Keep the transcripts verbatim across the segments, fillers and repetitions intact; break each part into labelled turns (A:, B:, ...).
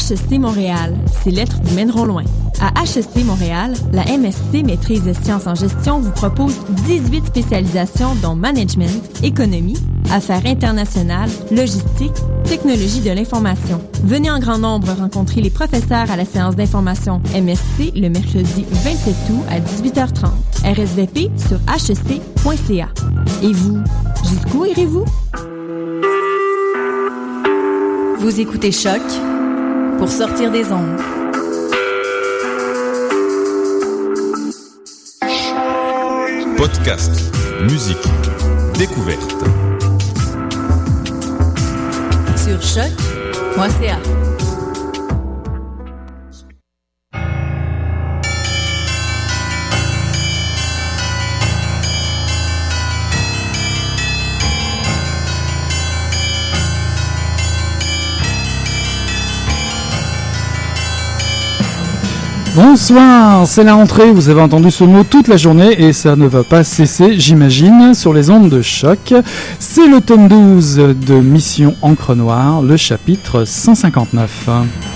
A: H E C Montréal, ces lettres vous mèneront loin. À H E C Montréal, la M S C Maîtrise des sciences en gestion vous propose dix-huit spécialisations dont management, économie, affaires internationales, logistique, technologie de l'information. Venez en grand nombre rencontrer les professeurs à la séance d'information M S C le mercredi vingt-sept août à dix-huit heures trente. R S V P sur h e c point c a. Et vous, jusqu'où irez-vous?
B: Vous écoutez Choc pour sortir des ondes.
C: Podcast, musique, découverte.
B: Sur choc point c a.
D: Bonsoir, c'est la rentrée, vous avez entendu ce mot toute la journée et ça ne va pas cesser, j'imagine, sur les ondes de choc. C'est le tome douze de Mission Encre Noire, le chapitre cent cinquante-neuf.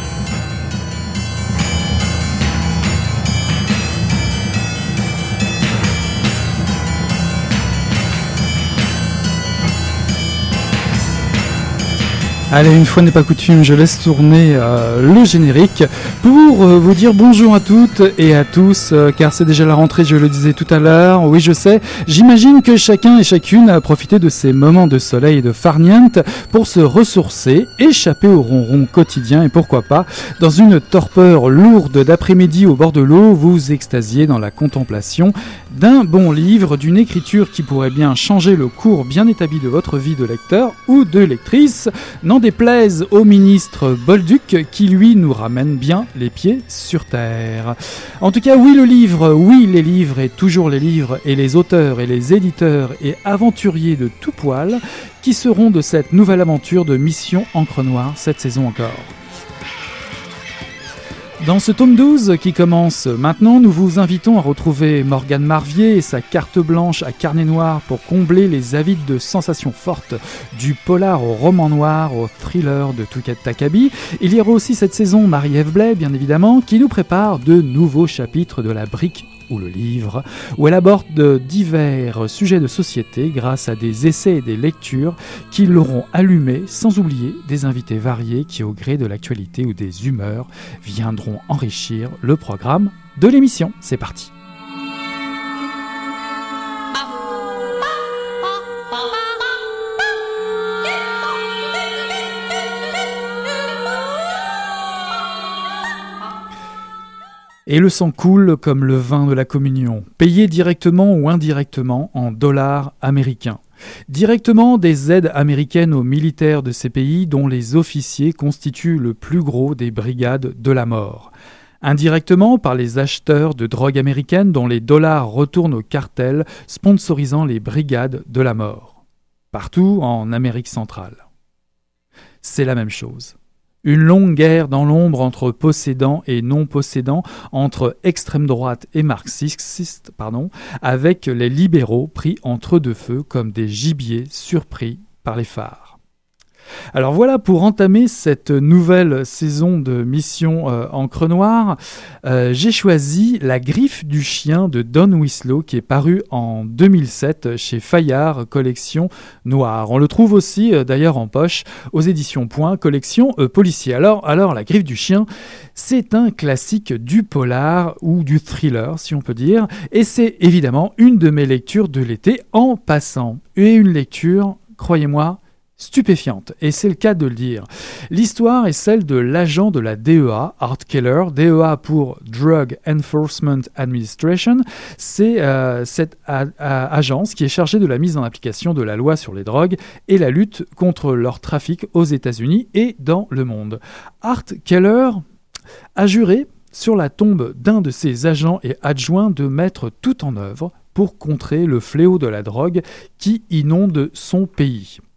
D: Allez, une fois n'est pas coutume, je laisse tourner euh, le générique pour euh, vous dire bonjour à toutes et à tous, euh, car c'est déjà la rentrée, je le disais tout à l'heure. Oui, je sais, j'imagine que chacun et chacune a profité de ces moments de soleil et de farniente pour se ressourcer, échapper au ronron quotidien et pourquoi pas, dans une torpeur lourde d'après-midi au bord de l'eau, vous extasiez dans la contemplation d'un bon livre, d'une écriture qui pourrait bien changer le cours bien établi de votre vie de lecteur ou de lectrice. N'en déplaise au ministre Bolduc qui lui nous ramène bien les pieds sur terre. En tout cas, oui le livre, oui les livres et toujours les livres et les auteurs et les éditeurs et aventuriers de tout poil qui seront de cette nouvelle aventure de Mission Encre Noire cette saison encore. Dans ce tome douze qui commence maintenant, nous vous invitons à retrouver Morgane Marvier et sa carte blanche à carnet noir pour combler les avides de sensations fortes du polar au roman noir, au thriller de Toukat Takabi. Il y aura aussi cette saison Marie-Ève Blais, bien évidemment, qui nous prépare de nouveaux chapitres de la brique ou le livre, où elle aborde divers sujets de société grâce à des essais et des lectures qui l'auront allumé, sans oublier des invités variés qui, au gré de l'actualité ou des humeurs, viendront enrichir le programme de l'émission. C'est parti. Et le sang coule comme le vin de la communion, payé directement ou indirectement en dollars américains. Directement des aides américaines aux militaires de ces pays dont les officiers constituent le plus gros des brigades de la mort. Indirectement par les acheteurs de drogue américaine dont les dollars retournent aux cartels sponsorisant les brigades de la mort. Partout en Amérique centrale. C'est la même chose. Une longue guerre dans l'ombre entre possédants et non-possédants, entre extrême droite et marxistes, pardon, avec les libéraux pris entre deux feux comme des gibiers surpris par les phares. Alors voilà, pour entamer cette nouvelle saison de Mission euh, Encre Noire, euh, j'ai choisi La Griffe du Chien de Don Winslow qui est paru en deux mille sept chez Fayard, collection noire. On le trouve aussi euh, d'ailleurs en poche aux éditions Point, collection euh, policier. Alors, alors La Griffe du Chien, c'est un classique du polar ou du thriller si on peut dire, et c'est évidemment une de mes lectures de l'été en passant. Et une lecture, croyez-moi, stupéfiante, et c'est le cas de le dire. L'histoire est celle de l'agent de la D E A, Art Keller, D E A pour Drug Enforcement Administration. C'est euh, cette a- a- agence qui est chargée de la mise en application de la loi sur les drogues et la lutte contre leur trafic aux États-Unis et dans le monde. Art Keller a juré sur la tombe d'un de ses agents et adjoints de mettre tout en œuvre pour contrer le fléau de la drogue qui inonde son pays.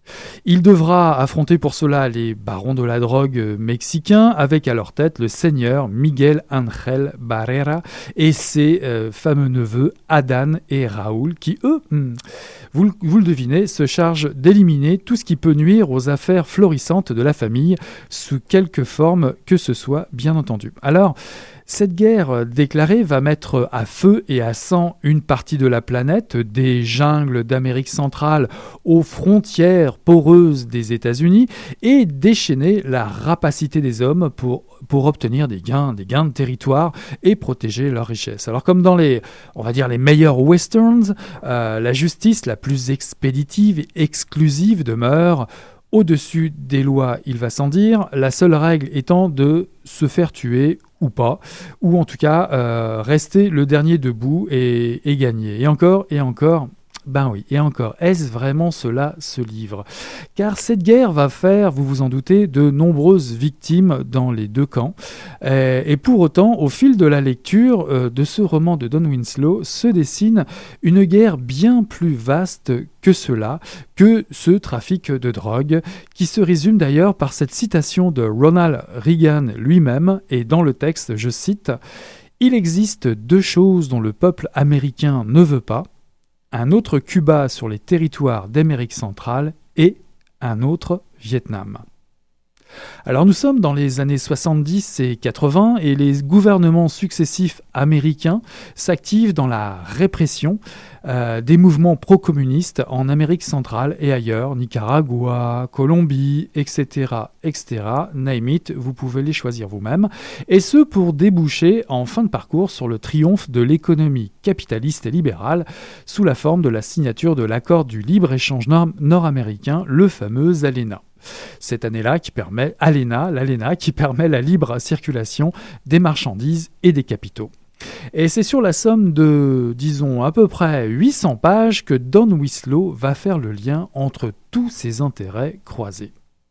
D: Il devra affronter pour cela les barons de la drogue mexicains, avec à leur tête le seigneur Miguel Ángel Barrera et ses euh, fameux neveux Adán et Raúl, qui eux, hmm, vous, vous le devinez, se chargent d'éliminer tout ce qui peut nuire aux affaires florissantes de la famille, sous quelque forme que ce soit, bien entendu. Alors, cette guerre déclarée va mettre à feu et à sang une partie de la planète, des jungles d'Amérique centrale aux frontières poreuses des États-Unis, et déchaîner la rapacité des hommes pour, pour obtenir des gains, des gains de territoire et protéger leurs richesses. Alors comme dans les, on va dire les meilleurs westerns, euh, la justice la plus expéditive et exclusive demeure au-dessus des lois, il va sans dire, la seule règle étant de se faire tuer ou pas, ou en tout cas euh, rester le dernier debout et, et gagner. Et encore, et encore, ben oui, et encore, est-ce vraiment cela, ce livre ? Car cette guerre va faire, vous vous en doutez, de nombreuses victimes dans les deux camps. Euh, et pour autant, au fil de la lecture euh, de ce roman de Don Winslow, se dessine une guerre bien plus vaste que cela, que ce trafic de drogue, qui se résume d'ailleurs par cette citation de Ronald Reagan lui-même, et dans le texte, je cite, « Il existe deux choses dont le peuple américain ne veut pas, un autre Cuba sur les territoires d'Amérique centrale et un autre Vietnam. » Alors nous sommes dans les années soixante-dix et quatre-vingts et les gouvernements successifs américains s'activent dans la répression euh, des mouvements pro-communistes en Amérique centrale et ailleurs, Nicaragua, Colombie, et cetera, et cetera. Name it, vous pouvez les choisir vous-même. Et ce pour déboucher en fin de parcours sur le triomphe de l'économie capitaliste et libérale sous la forme de la signature de l'accord du libre-échange nord- nord-américain, le fameux ALENA. Cette année-là qui permet, ALENA, l'ALENA, qui permet la libre circulation des marchandises et des capitaux. Et c'est sur la somme de, disons, à peu près huit cents pages que Don Winslow va faire le lien entre tous ces intérêts croisés.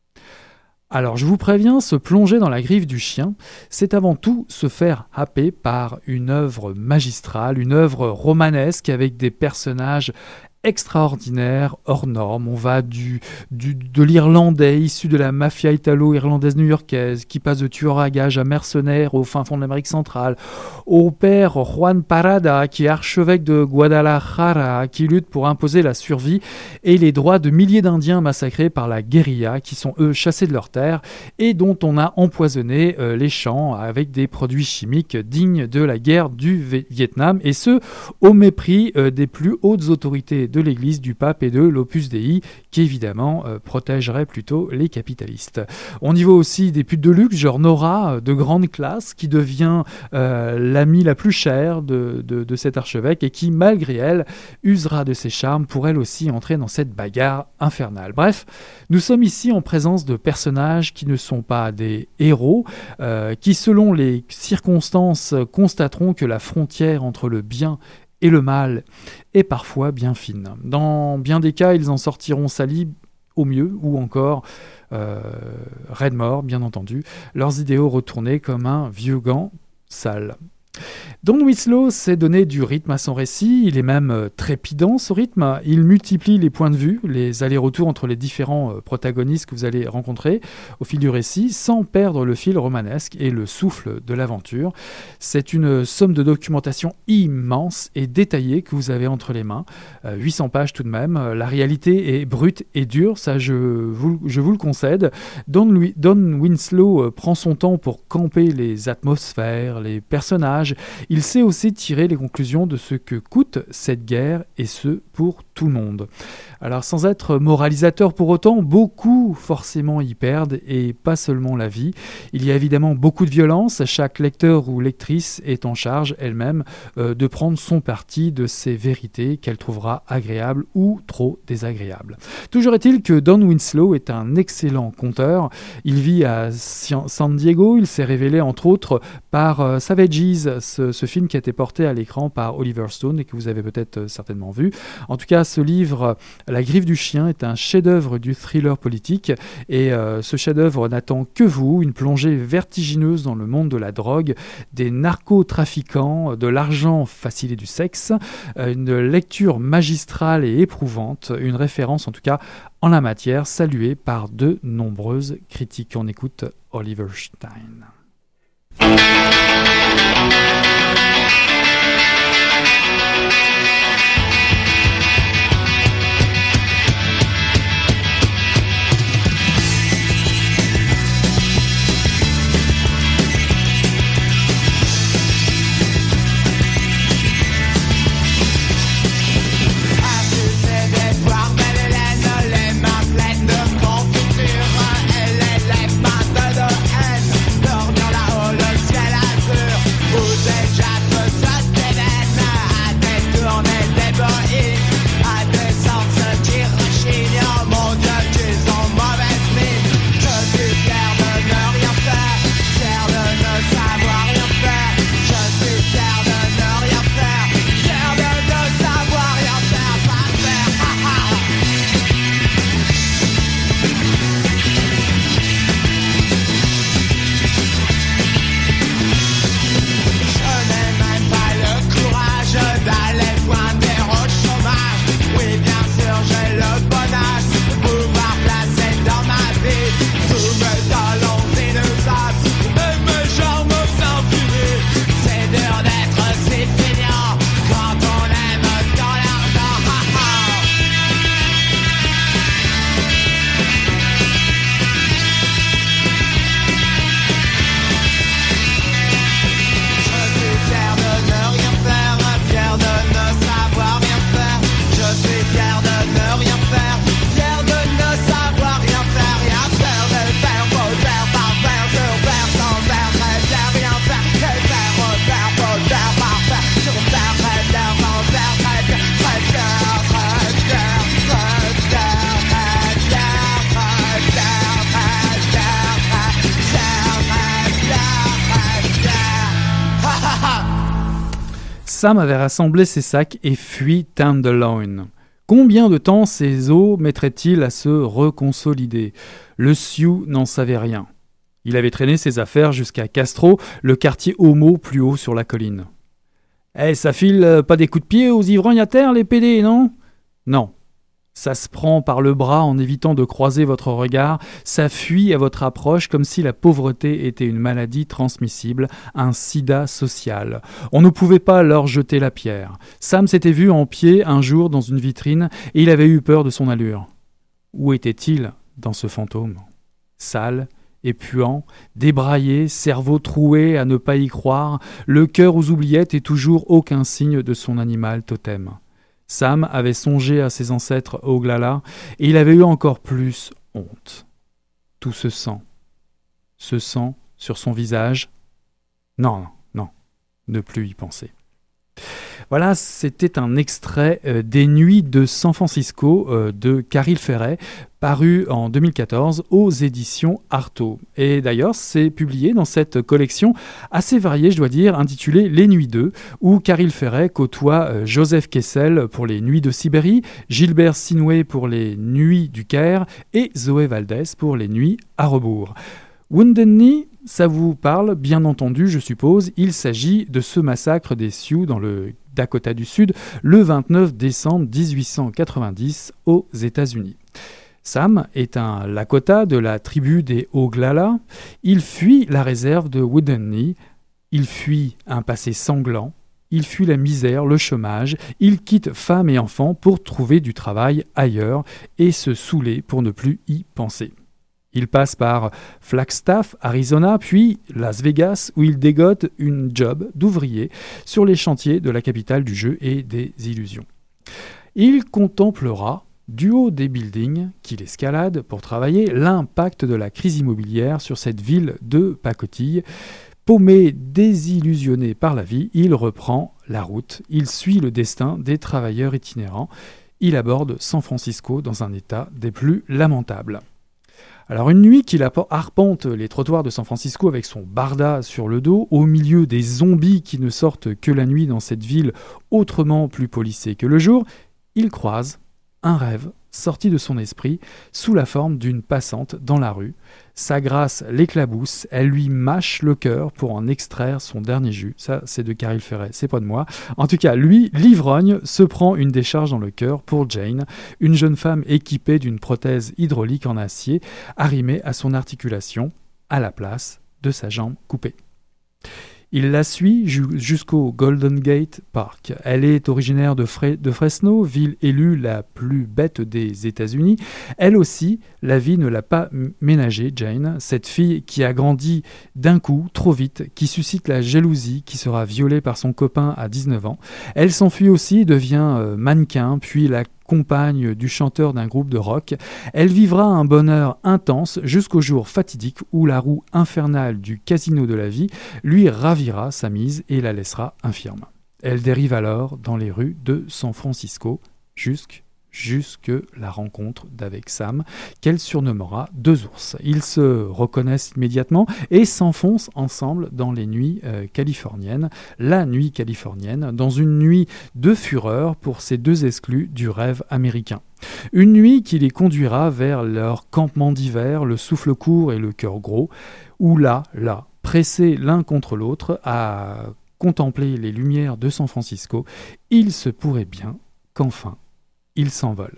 D: Alors je vous préviens, se plonger dans la griffe du chien, c'est avant tout se faire happer par une œuvre magistrale, une œuvre romanesque avec des personnages extraordinaire, hors norme. On va du, du, de l'Irlandais issu de la mafia italo-irlandaise new-yorkaise qui passe de tueur à gages à mercenaire au fin fond de l'Amérique centrale, au père Juan Parada qui est archevêque de Guadalajara, qui lutte pour imposer la survie et les droits de milliers d'Indiens massacrés par la guérilla qui sont eux chassés de leurs terres et dont on a empoisonné euh, les champs avec des produits chimiques dignes de la guerre du Vietnam, et ce au mépris euh, des plus hautes autorités de l'Église, du pape et de l'Opus Dei, qui évidemment euh, protégerait plutôt les capitalistes. On y voit aussi des putes de luxe, genre Nora, de grande classe, qui devient euh, l'amie la plus chère de, de, de cet archevêque et qui, malgré elle, usera de ses charmes pour elle aussi entrer dans cette bagarre infernale. Bref, nous sommes ici en présence de personnages qui ne sont pas des héros, euh, qui selon les circonstances constateront que la frontière entre le bien et le mal est parfois bien fine. Dans bien des cas, ils en sortiront salis au mieux, ou encore euh, raides morts, bien entendu, leurs idéaux retournés comme un vieux gant sale. Don Winslow s'est donné du rythme à son récit, il est même euh, trépidant ce rythme, il multiplie les points de vue, les allers-retours entre les différents euh, protagonistes que vous allez rencontrer au fil du récit, sans perdre le fil romanesque et le souffle de l'aventure. C'est une somme de documentation immense et détaillée que vous avez entre les mains, euh, huit cents pages tout de même, la réalité est brute et dure, ça je vous, je vous le concède. Don, Louis, Don Winslow euh, prend son temps pour camper les atmosphères, les personnages. Il sait aussi tirer les conclusions de ce que coûte cette guerre, et ce, pour tout le monde. Alors, sans être moralisateur pour autant, beaucoup forcément y perdent, et pas seulement la vie. Il y a évidemment beaucoup de violence, chaque lecteur ou lectrice est en charge elle-même euh, de prendre son parti de ces vérités qu'elle trouvera agréables ou trop désagréables. Toujours est-il que Don Winslow est un excellent conteur. Il vit à San Diego, il s'est révélé entre autres par euh, Savages Wild, ce, ce film qui a été porté à l'écran par Oliver Stone et que vous avez peut-être certainement vu. En tout cas, ce livre, La griffe du chien, est un chef-d'œuvre du thriller politique et euh, ce chef-d'œuvre n'attend que vous, une plongée vertigineuse dans le monde de la drogue, des narcotrafiquants, de l'argent facile et du sexe, une lecture magistrale et éprouvante, une référence en tout cas en la matière, saluée par de nombreuses critiques. On écoute Oliver Stein. Sam avait rassemblé ses sacs et fui Tenderloin. Combien de temps ces os mettraient-ils à se reconsolider ? Le Sioux n'en savait rien. Il avait traîné ses affaires jusqu'à Castro, le quartier homo plus haut sur la colline. « Eh, ça file pas des coups de pied aux ivrognes à terre, les pédés, non ?»« Non. Ça se prend par le bras en évitant de croiser votre regard, ça fuit à votre approche comme si la pauvreté était une maladie transmissible, un sida social. On ne pouvait pas leur jeter la pierre. Sam s'était vu en pied un jour dans une vitrine et il avait eu peur de son allure. Où était-il dans ce fantôme ? Sale et puant, débraillé, cerveau troué à ne pas y croire, le cœur aux oubliettes et toujours aucun signe de son animal totem. Sam avait songé à ses ancêtres Oglala et il avait eu encore plus honte. Tout ce sang. Ce sang sur son visage. Non, non, ne plus y penser. Voilà, c'était un extrait euh, des Nuits de San Francisco euh, de Caril Ferret, paru en deux mille quatorze aux éditions Artaud. Et d'ailleurs, c'est publié dans cette collection assez variée, je dois dire, intitulée Les Nuits deux, où Caril Ferret côtoie euh, Joseph Kessel pour les Nuits de Sibérie, Gilbert Sinoué pour les Nuits du Caire et Zoé Valdez pour les Nuits à rebours. Wounded Knee, ça vous parle, bien entendu, je suppose. Il s'agit de ce massacre des Sioux dans le Dakota du Sud le vingt-neuf décembre dix-huit cent quatre-vingt-dix aux États-Unis. Sam est un Lakota de la tribu des Oglala. Il fuit la réserve de Wounded Knee. Il fuit un passé sanglant. Il fuit la misère, le chômage. Il quitte femme et enfants pour trouver du travail ailleurs et se saouler pour ne plus y penser. Il passe par Flagstaff, Arizona, puis Las Vegas, où il dégote une job d'ouvrier sur les chantiers de la capitale du jeu et des illusions. Il contemplera, du haut des buildings qu'il escalade pour travailler, l'impact de la crise immobilière sur cette ville de pacotille. Paumé, désillusionné par la vie, il reprend la route. Il suit le destin des travailleurs itinérants. Il aborde San Francisco dans un état des plus lamentables. Alors une nuit qu'il arpente les trottoirs de San Francisco avec son barda sur le dos, au milieu des zombies qui ne sortent que la nuit dans cette ville autrement plus policée que le jour, il croise un rêve sorti de son esprit sous la forme d'une passante dans la rue. Sa grâce l'éclabousse, elle lui mâche le cœur pour en extraire son dernier jus. Ça, c'est de Caril Ferret, c'est pas de moi. En tout cas, lui, l'ivrogne, se prend une décharge dans le cœur pour Jane, une jeune femme équipée d'une prothèse hydraulique en acier arrimée à son articulation, à la place de sa jambe coupée. Il la suit jusqu'au Golden Gate Park. Elle est originaire de, Fre- de Fresno, ville élue la plus bête des États-Unis. Elle aussi, la vie ne l'a pas ménagée, Jane, cette fille qui a grandi d'un coup, trop vite, qui suscite la jalousie, qui sera violée par son copain à dix-neuf ans. Elle s'enfuit aussi, devient euh, mannequin, puis la compagne du chanteur d'un groupe de rock. Elle vivra un bonheur intense jusqu'au jour fatidique où la roue infernale du casino de la vie lui ravira sa mise et la laissera infirme. Elle dérive alors dans les rues de San Francisco jusqu'à jusque la rencontre d'avec Sam, qu'elle surnommera Deux ours. Ils se reconnaissent immédiatement et s'enfoncent ensemble dans les nuits euh, californiennes, la nuit californienne, dans une nuit de fureur pour ces deux exclus du rêve américain. Une nuit qui les conduira vers leur campement d'hiver, le souffle court et le cœur gros, où là, là, pressés l'un contre l'autre à contempler les lumières de San Francisco, il se pourrait bien qu'enfin il s'envole.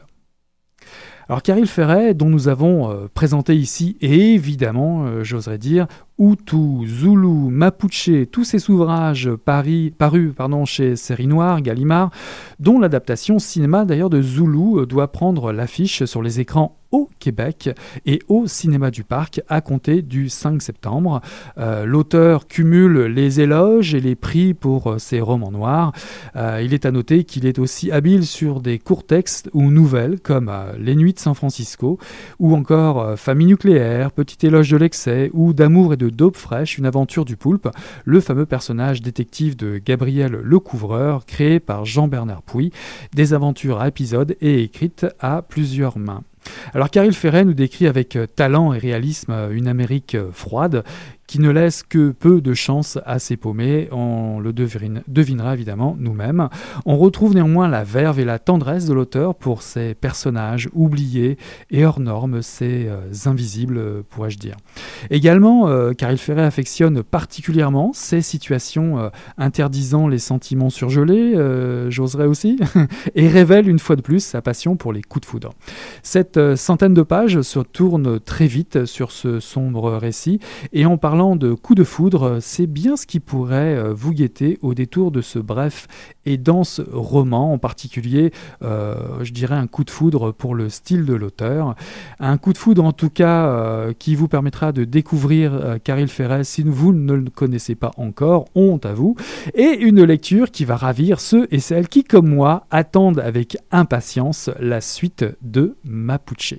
D: Alors Caril Ferret, dont nous avons euh, présenté ici, et évidemment, euh, j'oserais dire, Hutu, Zulu, Mapuche, tous ces ouvrages paris, parus pardon, chez Série Noire, Gallimard, dont l'adaptation cinéma d'ailleurs de Zulu euh, doit prendre l'affiche sur les écrans au Québec et au Cinéma du Parc à compter du cinq septembre. Euh, l'auteur cumule les éloges et les prix pour euh, ses romans noirs. Euh, il est à noter qu'il est aussi habile sur des courts textes ou nouvelles comme euh, Les Nuits de San Francisco ou encore euh, Famille nucléaire, Petit éloge de l'excès ou D'amour et de dope fraîche, une aventure du poulpe, le fameux personnage détective de Gabriel Lecouvreur créé par Jean-Bernard Pouy, des aventures à épisodes et écrites à plusieurs mains. Alors Caril Ferret nous décrit avec talent et réalisme une Amérique froide qui ne laisse que peu de chance à ses paumés, on le devine, devinera évidemment nous-mêmes. On retrouve néanmoins la verve et la tendresse de l'auteur pour ces personnages oubliés et hors normes, ces euh, invisibles, pourrais-je dire. Également, euh, Caril Ferret affectionne particulièrement ces situations euh, interdisant les sentiments surgelés, euh, j'oserais aussi, et révèle une fois de plus sa passion pour les coups de foudre. Cette euh, centaine de pages se tourne très vite sur ce sombre récit, et en parlant de coups de foudre, c'est bien ce qui pourrait vous guetter au détour de ce bref et dense roman, en particulier, euh, je dirais un coup de foudre pour le style de l'auteur. Un coup de foudre en tout cas euh, qui vous permettra de découvrir euh, Caril Ferret si vous ne le connaissez pas encore, honte à vous, et une lecture qui va ravir ceux et celles qui, comme moi, attendent avec impatience la suite de Mapuche.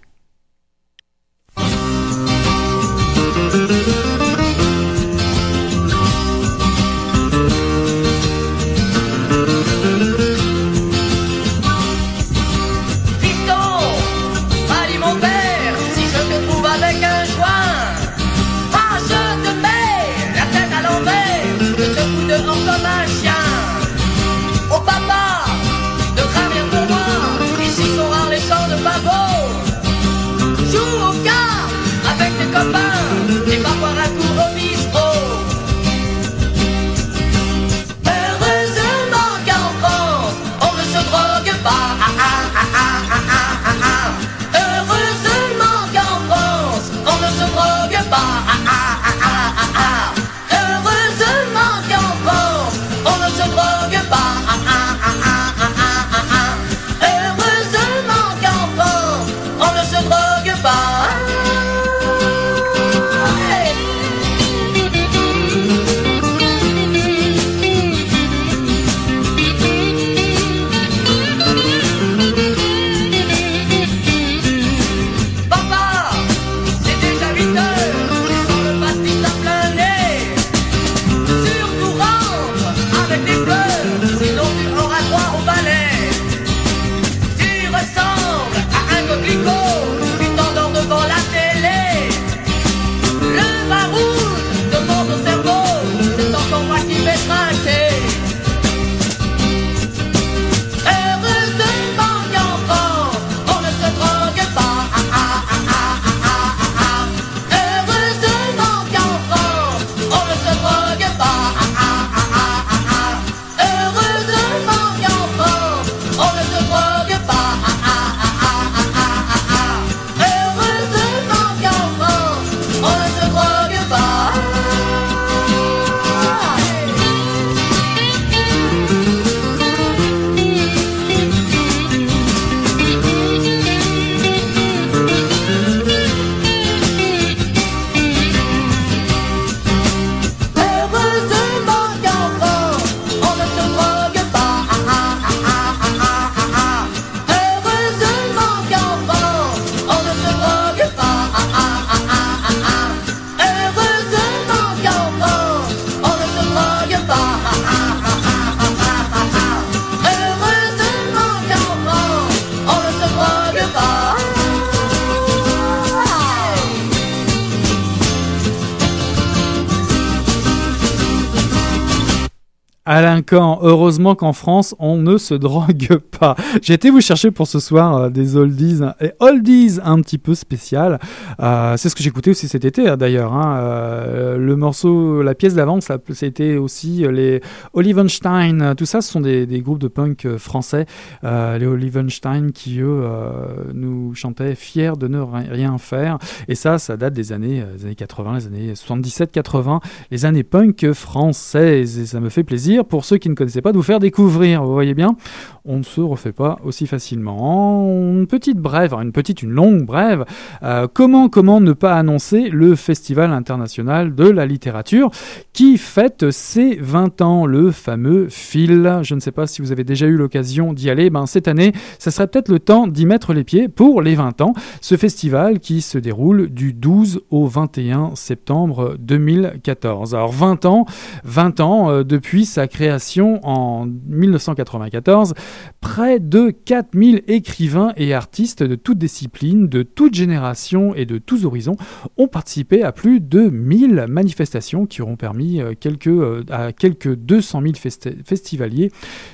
D: Alain Caen, heureusement qu'en France, on ne se drogue pas. J'ai été vous chercher pour ce soir euh, des oldies et oldies un petit peu spéciales. Euh, c'est ce que j'écoutais aussi cet été, hein, d'ailleurs. Hein. Euh, le morceau, la pièce d'avant, ça, c'était aussi les Olivenstein. Tout ça, ce sont des, des groupes de punk français. Euh, les Olivenstein qui, eux, euh, nous chantaient fiers de ne rien faire. Et ça, ça date des années, des années quatre-vingts, les années soixante-dix-sept quatre-vingts, les années punk françaises. Et ça me fait plaisir, pour ceux qui ne connaissaient pas, de vous faire découvrir. Vous voyez bien, on ne se refait pas aussi facilement. Une petite brève, une petite, une longue brève. Euh, comment, comment ne pas annoncer le Festival international de la littérature qui fête ses vingt ans, le fameux F I L. Je ne sais pas si vous avez déjà eu l'occasion d'y aller. Ben, cette année, ça serait peut-être le temps d'y mettre les pieds pour les vingt ans. Ce festival qui se déroule du douze au vingt et un septembre deux mille quatorze. Alors vingt ans, vingt ans euh, depuis sa création en dix-neuf cent quatre-vingt-quatorze, près de quatre mille écrivains et artistes de toutes disciplines, de toutes générations et de tous horizons ont participé à plus de mille manifestations qui auront permis euh, quelques, euh, à quelques deux cent mille festi- festivaliers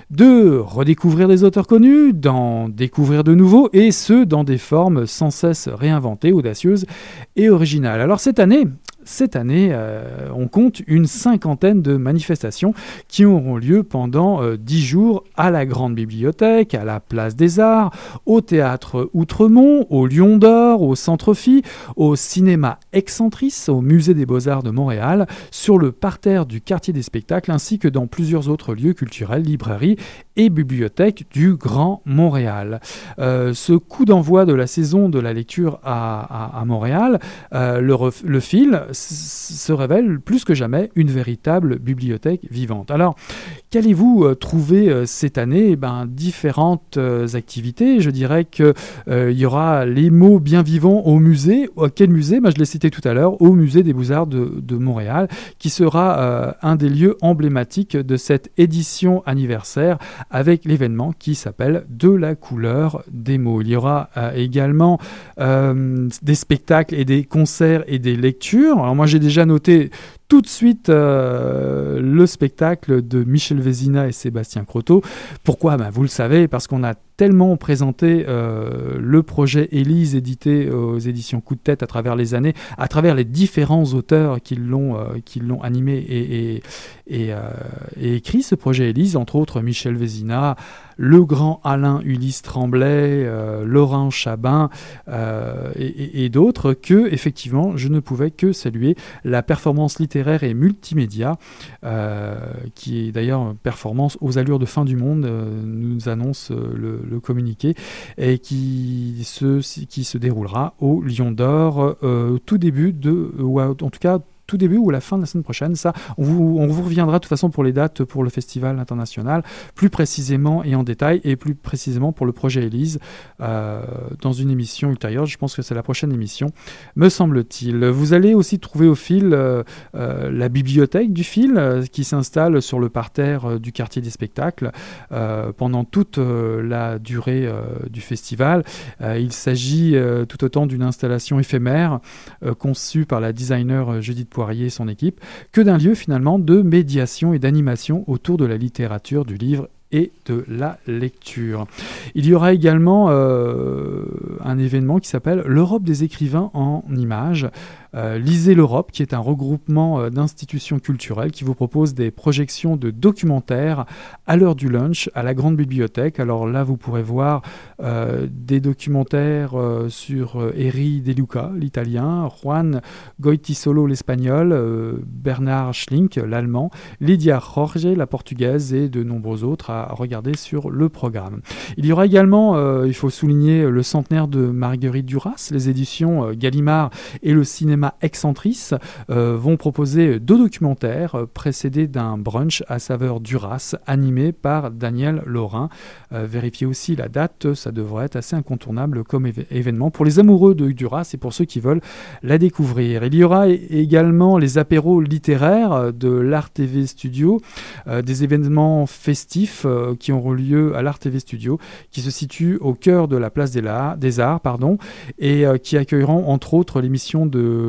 D: de redécouvrir des auteurs connus, d'en découvrir de nouveaux, et ce, dans des formes sans cesse réinventées, audacieuses et originales. Alors cette année, Cette année, euh, on compte une cinquantaine de manifestations qui auront lieu pendant euh, dix jours à la Grande Bibliothèque, à la Place des Arts, au Théâtre Outremont, au Lion d'Or, au Centre Phi, au Cinéma Excentris, au Musée des Beaux-Arts de Montréal, sur le parterre du Quartier des Spectacles, ainsi que dans plusieurs autres lieux culturels, librairies et bibliothèques du Grand Montréal. Euh, ce coup d'envoi de la saison de la lecture à, à, à Montréal, euh, le, ref, le F I L, se révèle plus que jamais une véritable bibliothèque vivante. Alors, qu'allez-vous euh, trouver euh, cette année ? Eh ben, différentes euh, activités. Je dirais qu'il euh, y aura les mots bien vivants au musée. À quel musée ? ben, Je l'ai cité tout à l'heure, au Musée des Beaux-Arts de, de Montréal, qui sera euh, un des lieux emblématiques de cette édition anniversaire, avec l'événement qui s'appelle « De la couleur des mots ». Il y aura euh, également euh, des spectacles et des concerts et des lectures. Alors moi, j'ai déjà noté tout de suite euh, le spectacle de Michel Vézina et Sébastien Croteau. Pourquoi ? ben, Vous le savez, parce qu'on a tellement présenté euh, le projet Élise, édité aux éditions Coup de Tête à travers les années, à travers les différents auteurs qui l'ont, euh, qui l'ont animé et, et, et, euh, et écrit ce projet Élise, entre autres Michel Vézina, le grand Alain Ulysse Tremblay, euh, Laurent Chabin euh, et, et, et d'autres, que effectivement je ne pouvais que saluer la performance littéraire et multimédia, euh, qui est d'ailleurs une performance aux allures de fin du monde, euh, nous annonce euh, le, le communiqué, et qui se, qui se déroulera au Lion d'Or euh, tout début de, ou en tout cas tout début ou à la fin de la semaine prochaine. Ça, on vous, on vous reviendra de toute façon pour les dates pour le festival international, plus précisément et en détail, et plus précisément pour le projet Élise, euh, dans une émission ultérieure. Je pense que c'est la prochaine émission, me semble-t-il. Vous allez aussi trouver au F I L euh, euh, la bibliothèque du F I L euh, qui s'installe sur le parterre euh, du quartier des spectacles euh, pendant toute euh, la durée euh, du festival. Euh, il s'agit euh, tout autant d'une installation éphémère euh, conçue par la designer euh, Judith Poirier et son équipe, que d'un lieu finalement de médiation et d'animation autour de la littérature, du livre et de la lecture. Il y aura également euh, un événement qui s'appelle l'Europe des écrivains en images. Euh, Lisez l'Europe, qui est un regroupement euh, d'institutions culturelles qui vous propose des projections de documentaires à l'heure du lunch à la Grande Bibliothèque. Alors là, vous pourrez voir euh, des documentaires euh, sur euh, Eri De Luca, l'italien, Juan Goytisolo, l'espagnol, euh, Bernard Schlink, l'allemand, Lydia Jorge, la portugaise, et de nombreux autres à regarder sur le programme. Il y aura également, euh, il faut souligner, le centenaire de Marguerite Duras. Les éditions euh, Gallimard et le cinéma Excentris euh, vont proposer deux documentaires euh, précédés d'un brunch à saveur Duras animé par Daniel Laurin. Euh, vérifiez aussi la date, ça devrait être assez incontournable comme éve- événement pour les amoureux de Duras et pour ceux qui veulent la découvrir. Il y aura é- également les apéros littéraires de l'Art T V Studio, euh, des événements festifs euh, qui auront lieu à l'Art T V Studio, qui se situe au cœur de la place des, La- des Arts pardon, et euh, qui accueilleront entre autres l'émission de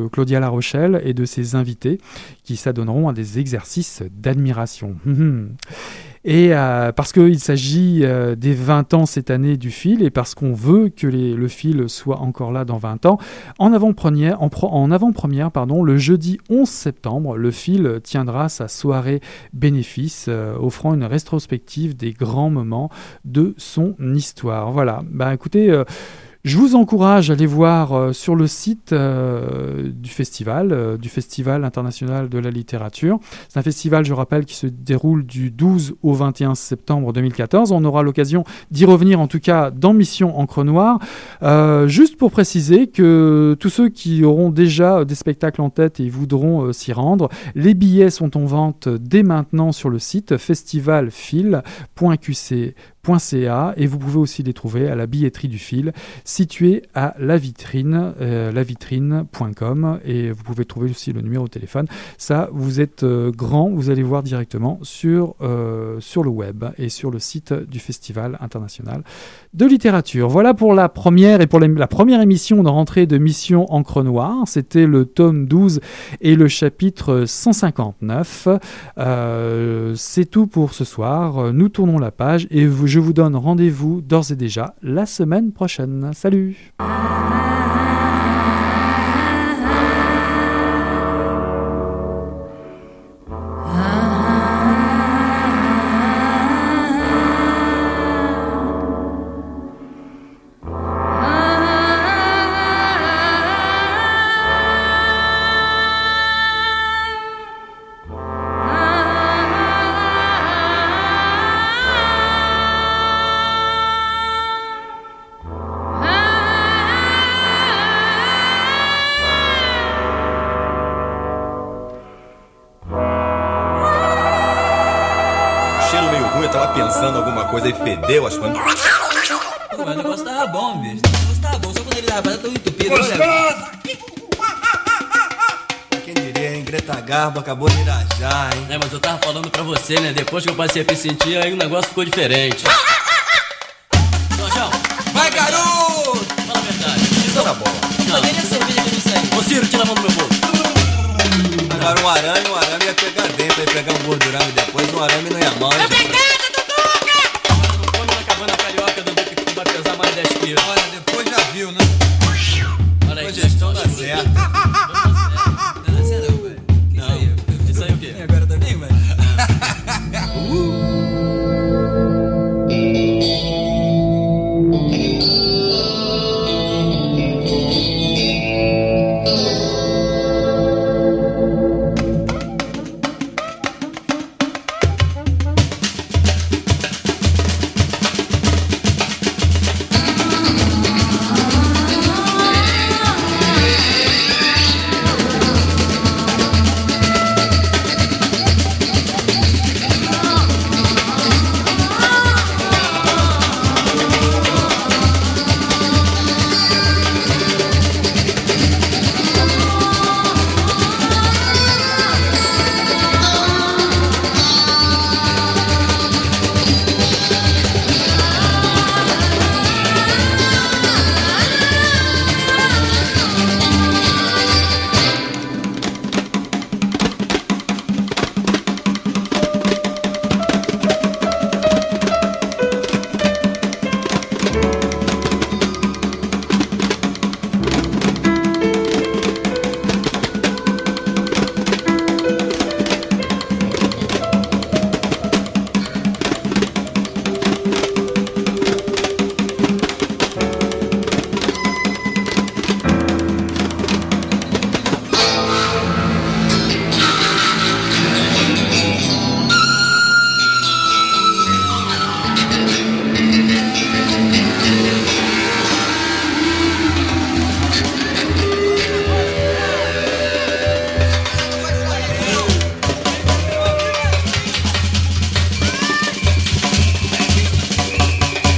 D: de Claudia La Rochelle et de ses invités qui s'adonneront à des exercices d'admiration. Et euh, parce qu'il s'agit euh, des vingt ans cette année du fil et parce qu'on veut que les, le fil soit encore là dans vingt ans, en avant-première, en, pro, en avant-première pardon, le jeudi onze septembre, le fil tiendra sa soirée bénéfice euh, offrant une rétrospective des grands moments de son histoire. Voilà, bah écoutez... Euh, Je vous encourage à aller voir euh, sur le site euh, du festival, euh, du Festival international de la littérature. C'est un festival, je rappelle, qui se déroule du douze au vingt et un septembre deux mille quatorze. On aura l'occasion d'y revenir, en tout cas, dans Mission Encre Noire. Euh, juste pour préciser que tous ceux qui auront déjà des spectacles en tête et voudront euh, s'y rendre, les billets sont en vente dès maintenant sur le site festivalfil point q c point c a et vous pouvez aussi les trouver à la billetterie du fil située à la vitrine, euh, la vitrine point com et vous pouvez trouver aussi le numéro de téléphone. Ça, vous êtes euh, grand, vous allez voir directement sur, euh, sur le web et sur le site du Festival international de littérature. Voilà pour la première et pour la, la première émission de rentrée de Mission Encre Noire. C'était le tome douze et le chapitre cent cinquante-neuf. Euh, c'est tout pour ce soir. Nous tournons la page et vous je vous donne rendez-vous d'ores et déjà la semaine prochaine. Salut!
E: Pensando alguma coisa e fedeu as coisas.
F: Pô, mas o negócio tava bom, bicho. O negócio tava bom, só quando ele tava tão entupido. Gostoso!
E: Quem diria, hein? Greta Garbo acabou de irajar, hein?
F: É, mas eu tava falando pra você, né? Depois que eu passei a me sentir, aí o negócio ficou diferente. Jorjão!
E: Vai, garoto!
F: Fala a verdade.
E: Isso tá bom.
F: Não, nem a cerveja que eu não sei. Ô, Ciro, tira a mão do meu bolso.
E: Agora um arame, um arame ia pegar dentro, ia pegar um gordurame depois, um arame não ia mal.